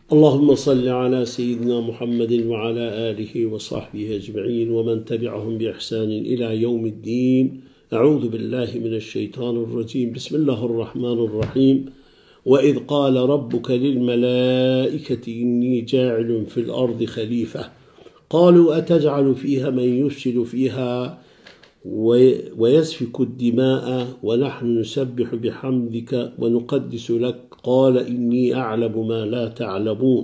Allahümme salli ala seyyidina Muhammedin ve ala alihi ve sahbihi ecma'in ve men tebi'ahum bi ihsanin ila yevmiddin. Euzu billahi mineşşeytanirracim. Bismillahirrahmanirrahim. Ve iz qâle rabbuke lil melâiketi inni câ'ilun fil ardı halife. Kâlu etec'alu fîhâ men yufsidu fîhâ ve yesfikud dimâ'a ve nahnu nusebbihu bihamdike ve nukaddisu lek. Kâle inni a'lemu mâ lâ ta'lemûn.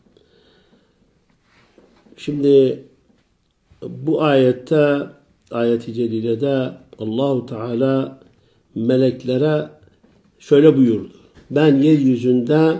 Şimdi bu ayet-i celilede Allahu Teala meleklere şöyle buyurdu. Ben yeryüzünde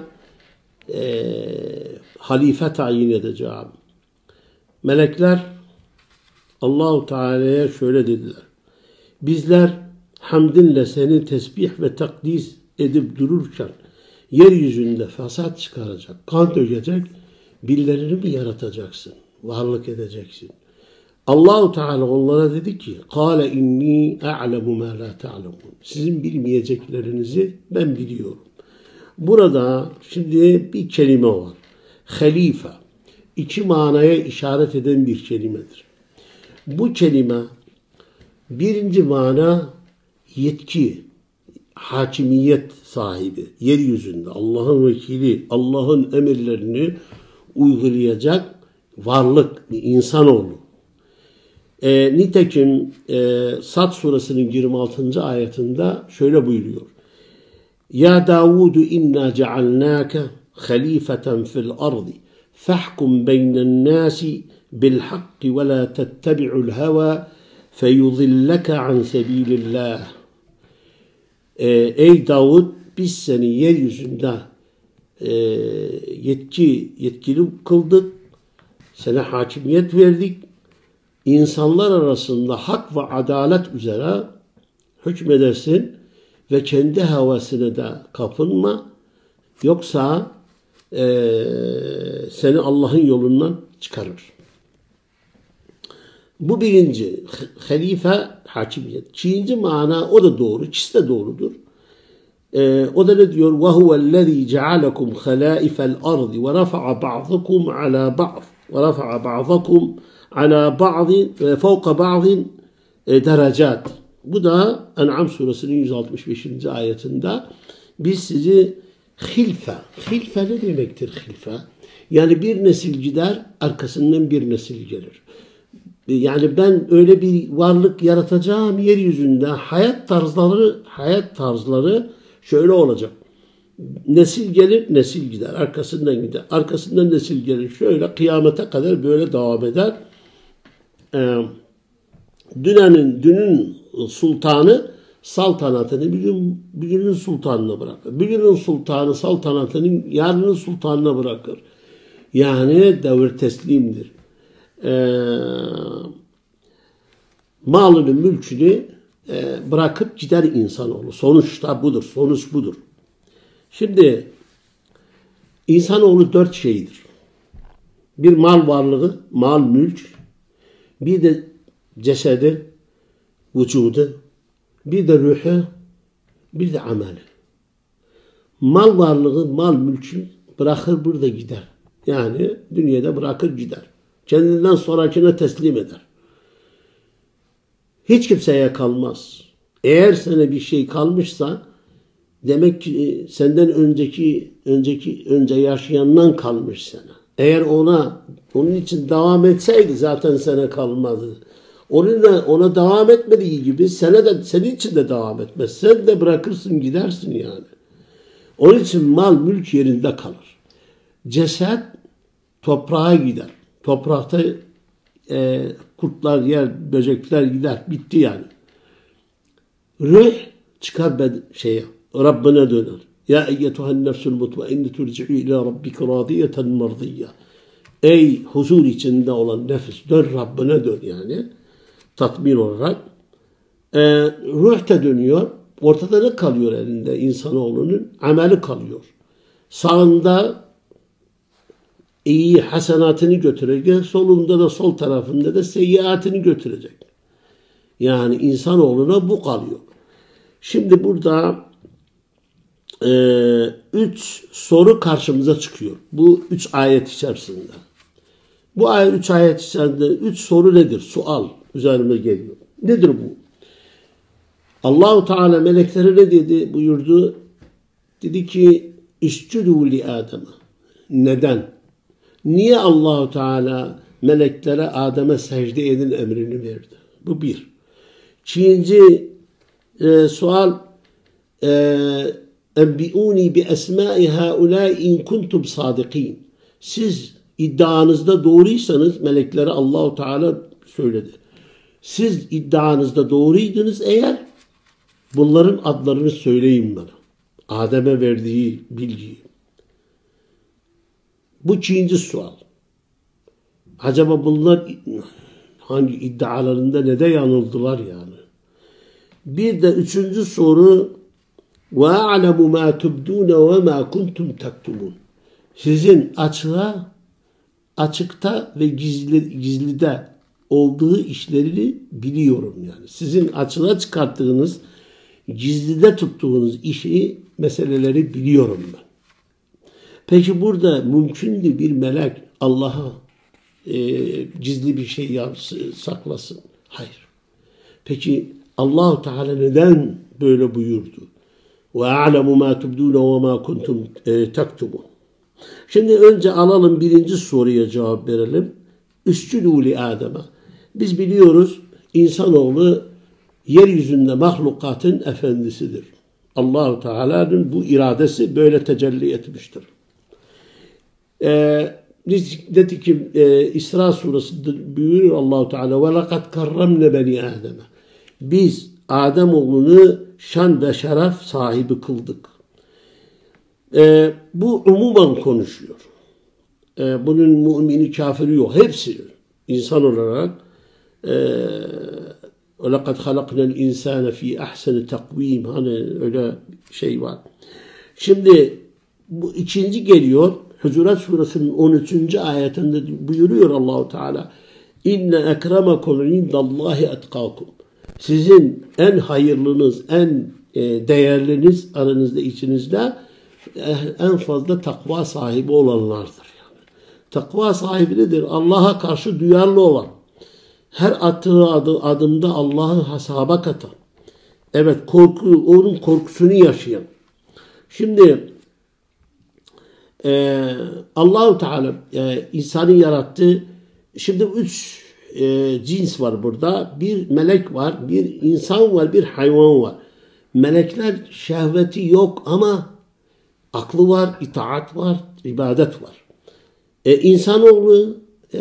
halife tayin edeceğim. Melekler Allahu Teala'ya şöyle dediler. Bizler hamdinle seni tesbih ve takdis edip dururken yeryüzünde fesat çıkaracak, kan dökecek birilerini mi yaratacaksın? Varlık edeceksin. Allahu Teala onlara dedi ki: "Kâle inni a'lemu mâ lâ ta'lemûn." Sizin bilmeyeceklerinizi ben biliyorum. Burada şimdi bir kelime var. Halife. İki manaya işaret eden bir kelimedir. Bu kelime birinci mana yetki, hakimiyet sahibi, yeryüzünde Allah'ın vekili, Allah'ın emirlerini uygulayacak varlık, insanoğlu. Nitekim Sad suresinin 26. ayetinde şöyle buyuruyor. Ya Davudu inna cealnâke halifeten fil ardı fahkum beynen nâsi bil hakki ve la tettebi'ul heva feyudilleke an sebilillah. Ey Davud, biz seni yeryüzünde yetkili kıldık, sana hakimiyet verdik. İnsanlar arasında hak ve adalet üzere hükmedersin ve kendi havasına da kapılma. Yoksa seni Allah'ın yolundan çıkarır. Bu birinci, halife, hakimiyet. İkinci mana, o da doğru, ikisi de doğrudur. O da ne diyor? وَهُوَ الَّذ۪ي جَعَلَكُمْ خَلَائِفَ الْأَرْضِ وَرَفَعَ بَعْضَكُمْ عَلَى بَعْضٍ وَرَفَعَ بَعْضَكُمْ عَلَى بَعْضٍ وَفَوْقَ بَعْضٍ derecat. Bu da En'am suresinin 165. ayetinde biz sizi hilfe ne demektir hilfe? Yani bir nesil gider, arkasından bir nesil gelir. Yani ben öyle bir varlık yaratacağım yeryüzünde, hayat tarzları şöyle olacak. Nesil gelir, nesil gider. Arkasından gider. Arkasından nesil gelir. Şöyle kıyamete kadar böyle devam eder. Dünün sultanı saltanatını bugünün sultanına bırakır. Bugünün sultanı saltanatını yarının sultanına bırakır. Yani devir teslimdir. Malını, mülkünü bırakıp gider insanoğlu. Sonuçta budur. Sonuç budur. Şimdi insanoğlu 4 şeydir. Bir mal varlığı, mal, mülk. Bir de cesedi, vücudu. Bir de ruhu. Bir de ameli. Mal varlığı, mal, mülkü bırakır burada gider. Yani dünyada bırakır gider. Kendinden sonrakine teslim eder. Hiç kimseye kalmaz. Eğer sana bir şey kalmışsa demek ki senden önce yaşayandan kalmış sana. Eğer onun için devam etseydi zaten sana kalmazdı. Ona devam etmediği gibi senin için de devam etmez. Sen de bırakırsın gidersin yani. Onun için mal mülk yerinde kalır. Ceset toprağa gider. Toprakta kurtlar yer, böcekler gider. Bitti yani. Ruh çıkar Rabbine döner. Ya eyyetühen nefsul mutmainne turci'u ila rabbike radiyeten mardiyye. Ey huzur içinde olan nefis, dön Rabbine dön yani. Tatmin olarak. Ruh da dönüyor. Ortada ne kalıyor elinde insanoğlunun? Ameli kalıyor. Sağında iyi hasenatını götürecek, solunda da sol tarafında da seyyiatını götürecek. Yani insanoğluna bu kalıyor. Şimdi burada üç soru karşımıza çıkıyor. Bu 3 ayet içerisinde. Bu 3 ayet içerisinde 3 soru nedir? Sual üzerime geliyor. Nedir bu? Allahu Teala meleklere ne dedi? Buyurdu. Dedi ki İscudu li Adem'e. Neden? Niye Allahu Teala meleklere Adem'e secde edin emrini verdi? Bu bir. İkinci sual Enbi'uni bi esma'i haulâ in kuntum sadikin. Siz iddianızda doğruysanız meleklere Allahu Teala söyledi. Siz iddianızda doğruydunuz eğer bunların adlarını söyleyin bana. Adem'e verdiği bilgiyi. Bu ikinci sual. Acaba bunlar hangi iddialarında ne de yanıldılar yani? Bir de üçüncü soru وَاَعْلَمُ مَا تُبْدُونَ وَمَا كُنْتُمْ تَكْتُمُونَ. Sizin açıkta ve gizlide olduğu işleri biliyorum yani. Sizin açığa çıkarttığınız, gizlide tuttuğunuz işi, meseleleri biliyorum ben. Peki burada mümkündü bir melek Allah'a gizli bir şey saklasın? Hayır. Peki Allah-u Teala neden böyle buyurdu? وَاَعْلَمُ مَا تُبْدُونَ وَمَا كُنْتُمْ تَكْتُمُونَ. Şimdi önce alalım birinci soruya cevap verelim. Üscüdû li Adem'e. Biz biliyoruz insanoğlu yeryüzünde mahlukatın efendisidir. Allah-u Teala'nın bu iradesi böyle tecelli etmiştir. Nitekim İsra suresinde buyuruyor Allah-u Teala وَلَقَدْ كَرَّمْنَ بَنِي Adem'e. Biz Ademoğlunu şan ve şeref sahibi kıldık. Bu umumen konuşuyor. Bunun mümini kafiri yok. Hepsi insan olarak وَلَقَدْ خَلَقْنَا الْاِنْسَانَ ف۪ي اَحْسَنِ تَقْو۪يمٍ. Hani öyle şey var. Şimdi bu ikinci geliyor. Hucurat suresinin 13. ayetinde buyuruyor Allah-u Teala İnne ekremekum indallahi etkakum. Sizin en hayırlınız, en değerliniz aranızda, içinizde en fazla takva sahibi olanlardır. Yani. Takva sahibi nedir? Allah'a karşı duyarlı olan. Her attığı adımda Allah'ı hesaba katan. Evet, onun korkusunu yaşayan. Şimdi Allah-u Teala insanı yarattı. Şimdi 3 cins var burada. Bir melek var, bir insan var, bir hayvan var. Melekler şehveti yok ama aklı var, itaat var, ibadet var. İnsanoğlu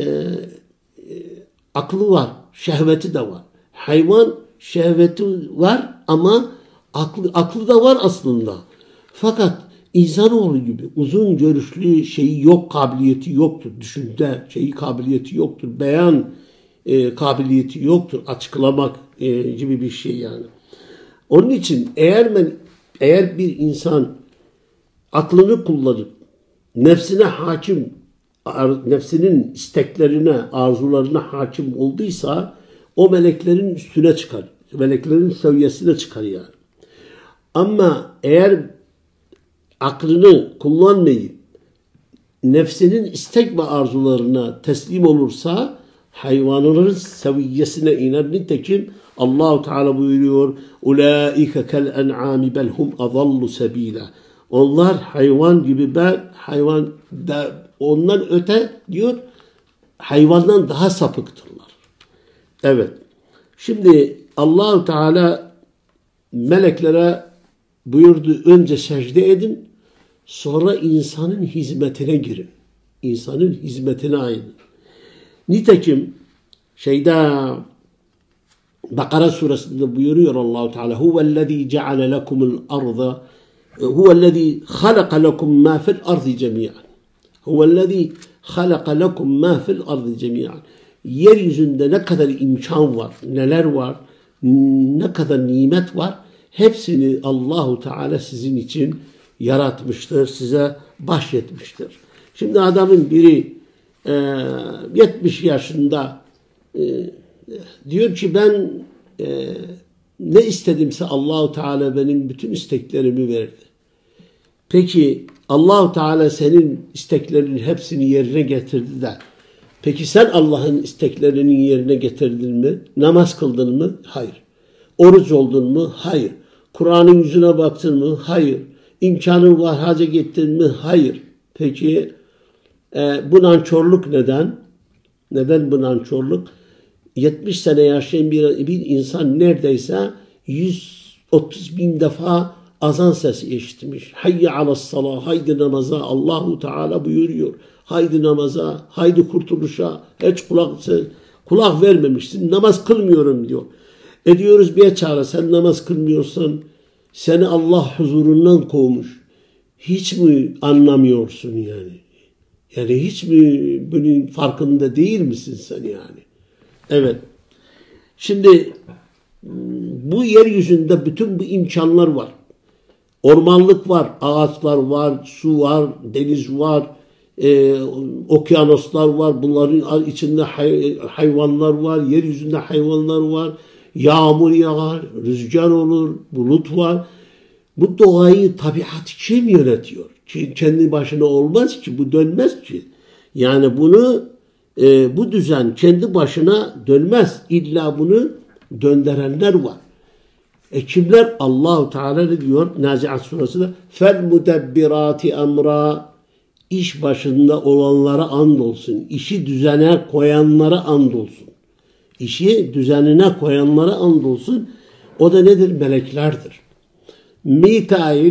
aklı var, şehveti de var. Hayvan şehveti var ama aklı da var aslında. Fakat insanoğlu gibi uzun görüşlü şeyi yok, kabiliyeti yoktur. Düşünce şeyi kabiliyeti yoktur. Beyan kabiliyeti yoktur. Açıklamak gibi bir şey yani. Onun için eğer bir insan aklını kullanıp nefsine hakim, nefsinin isteklerine, arzularına hakim olduysa o meleklerin üstüne çıkar. Meleklerin seviyesine çıkar yani. Ama eğer aklını kullanmayıp nefsinin istek ve arzularına teslim olursa hayvanların seviyesine iner. Nitekim Allah-u Teala buyuruyor Ulaike kel en'ami bel hum adallu sebila. Onlar hayvan gibi, hayvan da ondan öte diyor, hayvandan daha sapıktırlar. Evet. Şimdi Allah-u Teala meleklere buyurdu önce secde edin, sonra insanın hizmetine girin. İnsanın hizmetine ayırın. Nitekim Bakara suresinde buyuruyor Allah-u Teala huvellezî ceale lekumul arda huvellezî halaka lekum mâ fil ardı cemî'an. Huvellezî halaka lekum mâ fil ardı cemî'an. Yeryüzünde ne kadar imkan var, neler var, ne kadar nimet var, hepsini Allah-u Teala sizin için yaratmıştır, size bahşetmiştir. Şimdi adamın biri 70 yaşında diyor ki ben ne istedimse Allah-u Teala benim bütün isteklerimi verdi. Peki Allah-u Teala senin isteklerinin hepsini yerine getirdi de peki sen Allah'ın isteklerinin yerine getirdin mi? Namaz kıldın mı? Hayır. Oruç oldun mu? Hayır. Kur'an'ın yüzüne baktın mı? Hayır. İmkanın var, hacca gittin mi? Hayır. Peki bu nankörlük neden? Neden bu nankörlük? 70 sene yaşayan bir insan neredeyse 130 bin defa azan sesi işitmiş. Hayye alassalah, haydi namaza. Allahu Teala buyuruyor. Haydi namaza, haydi kurtuluşa. Hiç kulak vermemişsin. Namaz kılmıyorum diyor. Diyoruz bir çare, sen namaz kılmıyorsan seni Allah huzurundan kovmuş. Hiç mi anlamıyorsun yani? Yani hiç mi bunun farkında değil misin sen yani? Evet. Şimdi bu yeryüzünde bütün bu imkanlar var. Ormanlık var, ağaçlar var, su var, deniz var, okyanuslar var. Bunların içinde hayvanlar var, yeryüzünde hayvanlar var. Yağmur yağar, rüzgar olur, bulut var. Bu doğayı, tabiat kim yönetiyor? Kendi başına olmaz ki, bu dönmez ki. Yani bunu, bu düzen kendi başına dönmez. İlla bunu döndürenler var. Kimler? Allah-u Teala ne diyor? Nazi'at suresinde فَالْمُدَبِّرَاتِ اَمْرًا İş başında olanlara andolsun. İşi düzene koyanlara andolsun. İşi düzenine koyanlara andolsun. O da nedir? Meleklerdir. Mikail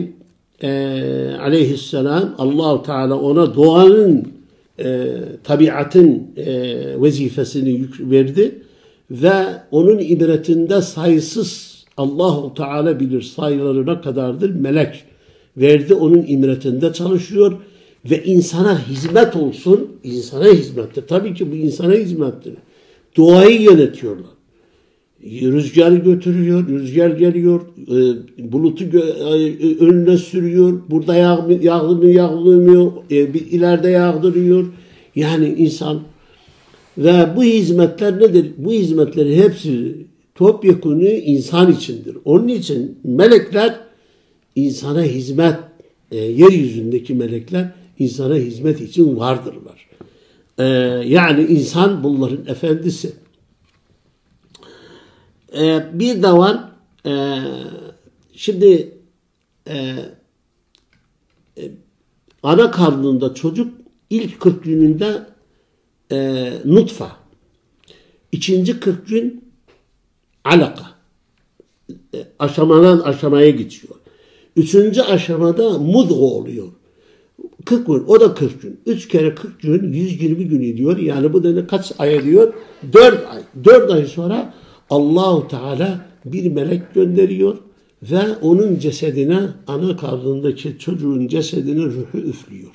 aleyhisselam, Allah-u Teala ona doğanın, tabiatın vazifesini verdi ve onun ibretinde sayısız, Allah-u Teala bilir sayıları ne kadardır, melek verdi, onun imretinde çalışıyor ve insana hizmet olsun, insana hizmettir. Tabii ki bu insana hizmettir. Doğayı yönetiyorlar. Rüzgarı götürüyor, rüzgar geliyor, bulutu önüne sürüyor, burada yağdırmıyor, ileride yağdırıyor. Yani insan ve bu hizmetler nedir? Bu hizmetlerin hepsi topyekunu insan içindir. Onun için melekler insana hizmet, yeryüzündeki melekler insana hizmet için vardırlar. Yani insan bunların efendisi. Bir de var, şimdi ana karnında çocuk ilk 40 gününde nutfa, ikinci 40 gün alaka, aşamadan aşamaya geçiyor. Üçüncü aşamada mudga oluyor. 40 gün, o da 40 gün. 3 kere 40 gün, 120 gün ediyor. Yani bu da kaç ay ediyor? 4 ay. 4 ay sonra Allah-u Teala bir melek gönderiyor ve onun cesedine, ana karnındaki çocuğun cesedine ruhu üflüyor.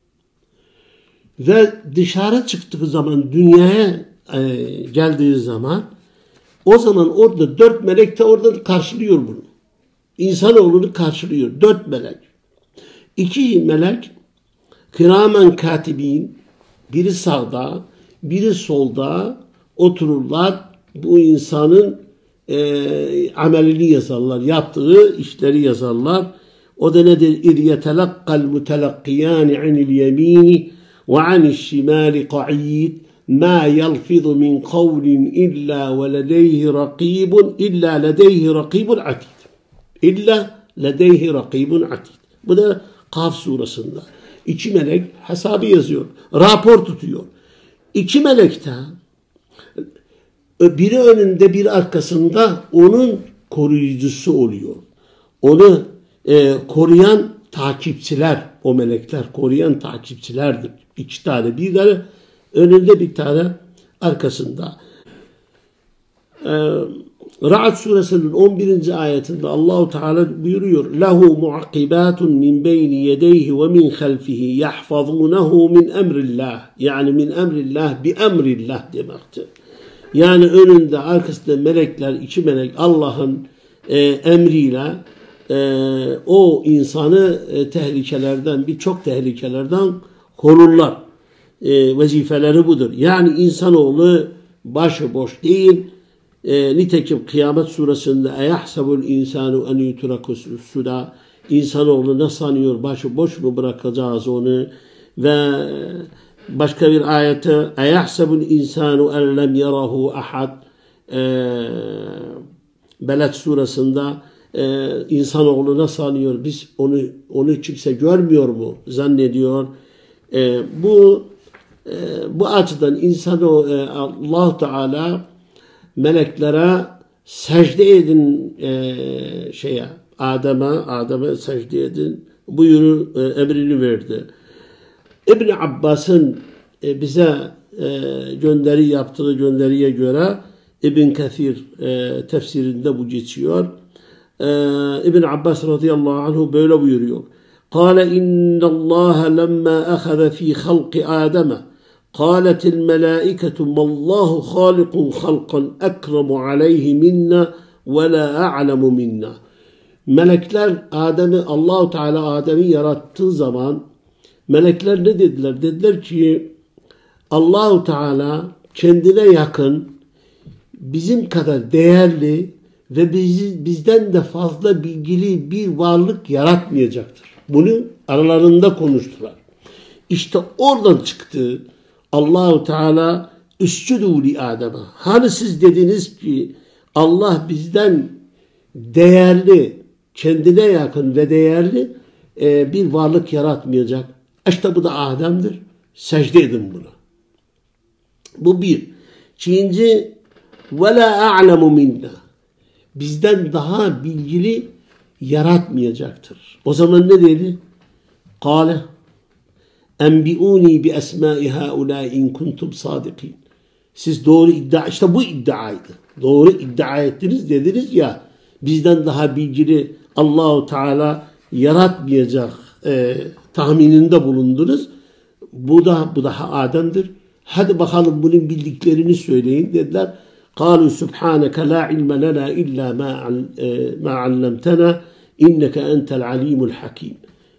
Ve dışarı çıktığı zaman, dünyaya geldiği zaman, o zaman orada 4 melek de orada karşılıyor bunu. İnsanoğlunu karşılıyor. 4 melek. 2 melek kiramen katibin, biri sağda, biri solda otururlar. Bu insanın amelini yazarlar. Yaptığı işleri yazarlar. O da nedir? اِذْ يَتَلَقَّ الْمُتَلَقِّيَانِ عَنِ الْيَم۪ينِ وَعَنِ الشِّمَالِ قَعِيدٍ مَا يَلْفِظُ مِنْ قَوْلٍ إِلَّا وَلَدَيْهِ رَقِيبٌ إِلَّا لَدَيْهِ رَقِيبٌ عَتِيدٌ İlla ledeyhi rakibun atid. Bu da Kaf suresinde. 2 melek hesabı yazıyor. Rapor tutuyor. 2 melek de biri önünde bir arkasında onun koruyucusu oluyor. Onu koruyan takipçiler, o melekler koruyan takipçilerdir. 2 tane, bir tane önünde, bir tane arkasında. Ra'd suresinin 11. ayetinde Allah-u Teala buyuruyor. Lehu muakibatun min beyni yedeyhi ve min halfihi yahfazunehu min emrillah. Yani min emrillah bi emrillah demektir. Yani önünde, arkasında melekler, 2 melek Allah'ın emriyle o insanı tehlikelerden, birçok tehlikelerden korurlar. Vazifeleri budur. Yani insanoğlu başıboş değil. Nitekim Kıyamet suresinde اَيَحْسَبُ الْاِنْسَانُ اَنْ يُتْرَكُ سُدَى insanoğlu ne sanıyor? Başıboş mu bırakacağız onu? Ve başka bir ayette اَيَحْسَبُ الْاِنْسَانُ اَنْ لَمْ يَرَهُ اَحَدٍ Beled suresinde insanoğlu ne sanıyor? Biz onu kimse görmüyor mu? Zannediyor. Bu açıdan Allah Teala meleklere secde edin Adem'e secde edin emrini verdi. İbn Abbas'ın bize yaptığı gönderiye göre İbn Kathir tefsirinde bu geçiyor. İbn Abbas radıyallahu anhu böyle buyuruyor. قال إن الله لما أخذ في خلق آدم قالت الملائكة ما الله خالق خلقا أكرم عليه منا ولا أعلم منا. Melekler Allah-u Teala Adem'i yarattığı zaman melekler ne dediler? Dediler ki Allah-u Teala kendine yakın, bizim kadar değerli ve bizden de fazla bilgili bir varlık yaratmayacaktır. Bunu aralarında konuştular. İşte oradan çıktı Allah-u Teala üscudu li Adem'e. Hani siz dediniz ki Allah bizden değerli, kendine yakın ve değerli bir varlık yaratmayacak. İşte bu da Adem'dir. Secde edin buna. Bu bir. İkinci وَلَا أَعْلَمُ مِنَّا. Bizden daha bilgili yaratmayacaktır. O zaman ne dedi? قَالَ اَنْبِئُونِي بِأَسْمَاءِ هَؤُلَاءِ اِنْ كُنْتُمْ صَادِقِينَ. Siz doğru işte bu iddiaydı. Doğru iddia ettiniz, dediniz ya bizden daha bilgili Allah-u Teala yaratmayacak tahmininde bulundunuz. Bu da Adem'dir. Hadi bakalım bunun bildiklerini söyleyin dediler. قالوا سبحانك لا علم لنا إلا ما علمتنا إنك أنت العليم الحكيم.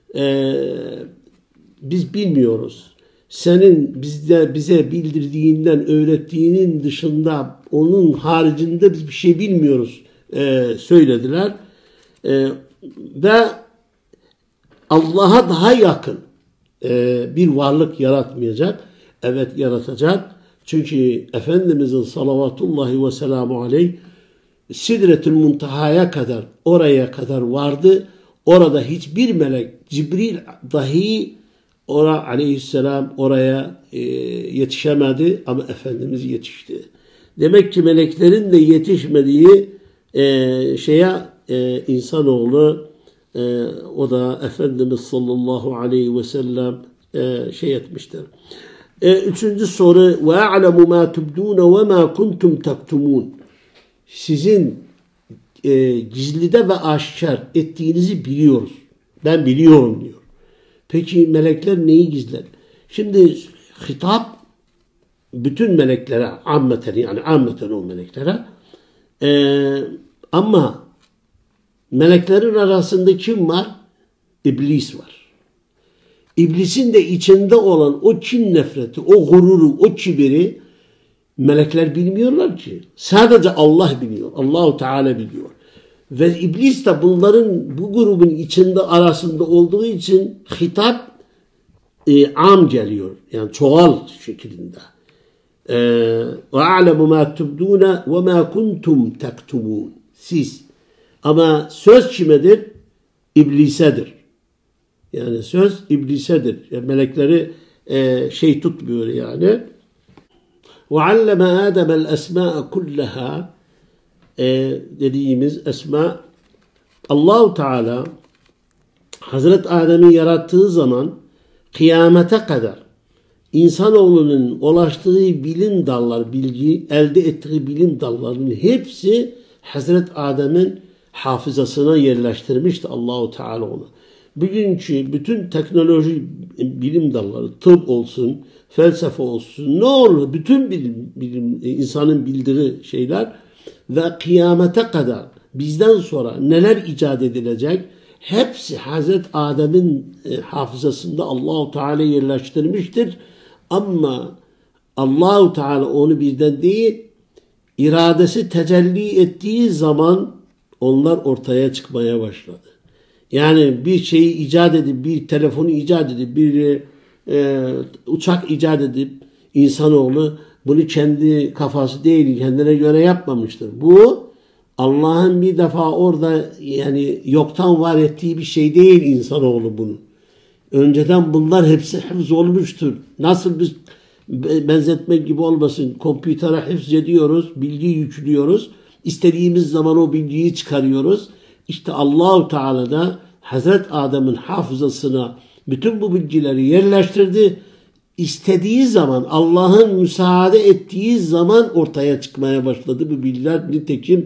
Biz bilmiyoruz. Senin bize bildirdiğinden, öğrettiğinin dışında, onun haricinde biz bir şey bilmiyoruz söylediler. Ve Allah'a daha yakın bir varlık yaratmayacak. Evet, yaratacak. Çünkü Efendimizin salavatullahi ve selamu aleyh Sidretül Muntaha'ya kadar, oraya kadar vardı. Orada hiçbir melek, Cibril dahi aleyhisselam oraya yetişemedi ama Efendimiz yetişti. Demek ki meleklerin de yetişmediği insanoğlu o da Efendimiz sallallahu aleyhi ve sellem etmiştir. Üçüncü soru ve a'lemu ma tubdun ve ma kuntum taktumun. Sizin gizlide ve aşikar ettiğinizi biliyoruz. Ben biliyorum diyor. Peki melekler neyi gizler? Şimdi hitap bütün meleklere, ammeten o meleklere. Ama meleklerin arasında kim var? İblis var. İblisin de içinde olan o kin nefreti, o gururu, o kibiri melekler bilmiyorlar ki. Sadece Allah biliyor. Allah-u Teala biliyor. Ve iblis de bu grubun içinde arasında olduğu için hitap am geliyor. Yani çoğal şeklinde. وَاَعْلَمُ مَا تُبْدُونَ وَمَا كُنْتُمْ تَكْتُمُونَ. Siz. Ama söz kimedir? İblisedir. Yani söz iblisedir. Yani melekleri tutmuyor yani. وَعَلَّمَ آدَمَ الْأَسْمَاءَ كُلَّهَا dediğimiz esma Allah-u Teala Hazreti Adem'i yarattığı zaman kıyamete kadar insanoğlunun ulaştığı bilim dalları, elde ettiği bilim dallarının hepsi Hazreti Adem'in hafızasına yerleştirmişti Allah-u Teala onu. Bugünkü bütün teknoloji bilim dalları, tıp olsun, felsefe olsun, ne olur bütün bilim insanın bildiği şeyler ve kıyamete kadar bizden sonra neler icat edilecek hepsi Hazreti Adem'in hafızasında Allah-u Teala yerleştirmiştir. Ama Allah-u Teala onu birden değil, iradesi tecelli ettiği zaman onlar ortaya çıkmaya başladı. Yani bir şeyi icat edip, bir telefonu icat edip, bir uçak icat edip insanoğlu bunu kendi kafası değil, kendine göre yapmamıştır. Bu Allah'ın bir defa orada yani yoktan var ettiği bir şey değil insanoğlu bunu. Önceden bunlar hepsi hıfz olmuştur. Nasıl biz benzetmek gibi olmasın. Kompütere hıfz ediyoruz, bilgi yüklüyoruz. İstediğimiz zaman o bilgiyi çıkarıyoruz. İşte Allah-u Teala da Hazreti Adem'in hafızasına bütün bu bilgileri yerleştirdi. İstediği zaman, Allah'ın müsaade ettiği zaman ortaya çıkmaya başladı bu bilgiler. Nitekim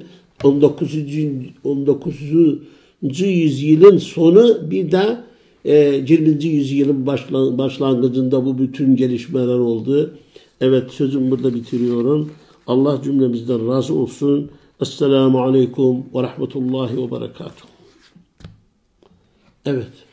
19. yüzyılın sonu bir de 20. yüzyılın başlangıcında bu bütün gelişmeler oldu. Evet, sözümü burada bitiriyorum. Allah cümlemizden razı olsun. Esselamu Aleyküm ve Rahmetullahi ve Berekatuhu. Evet.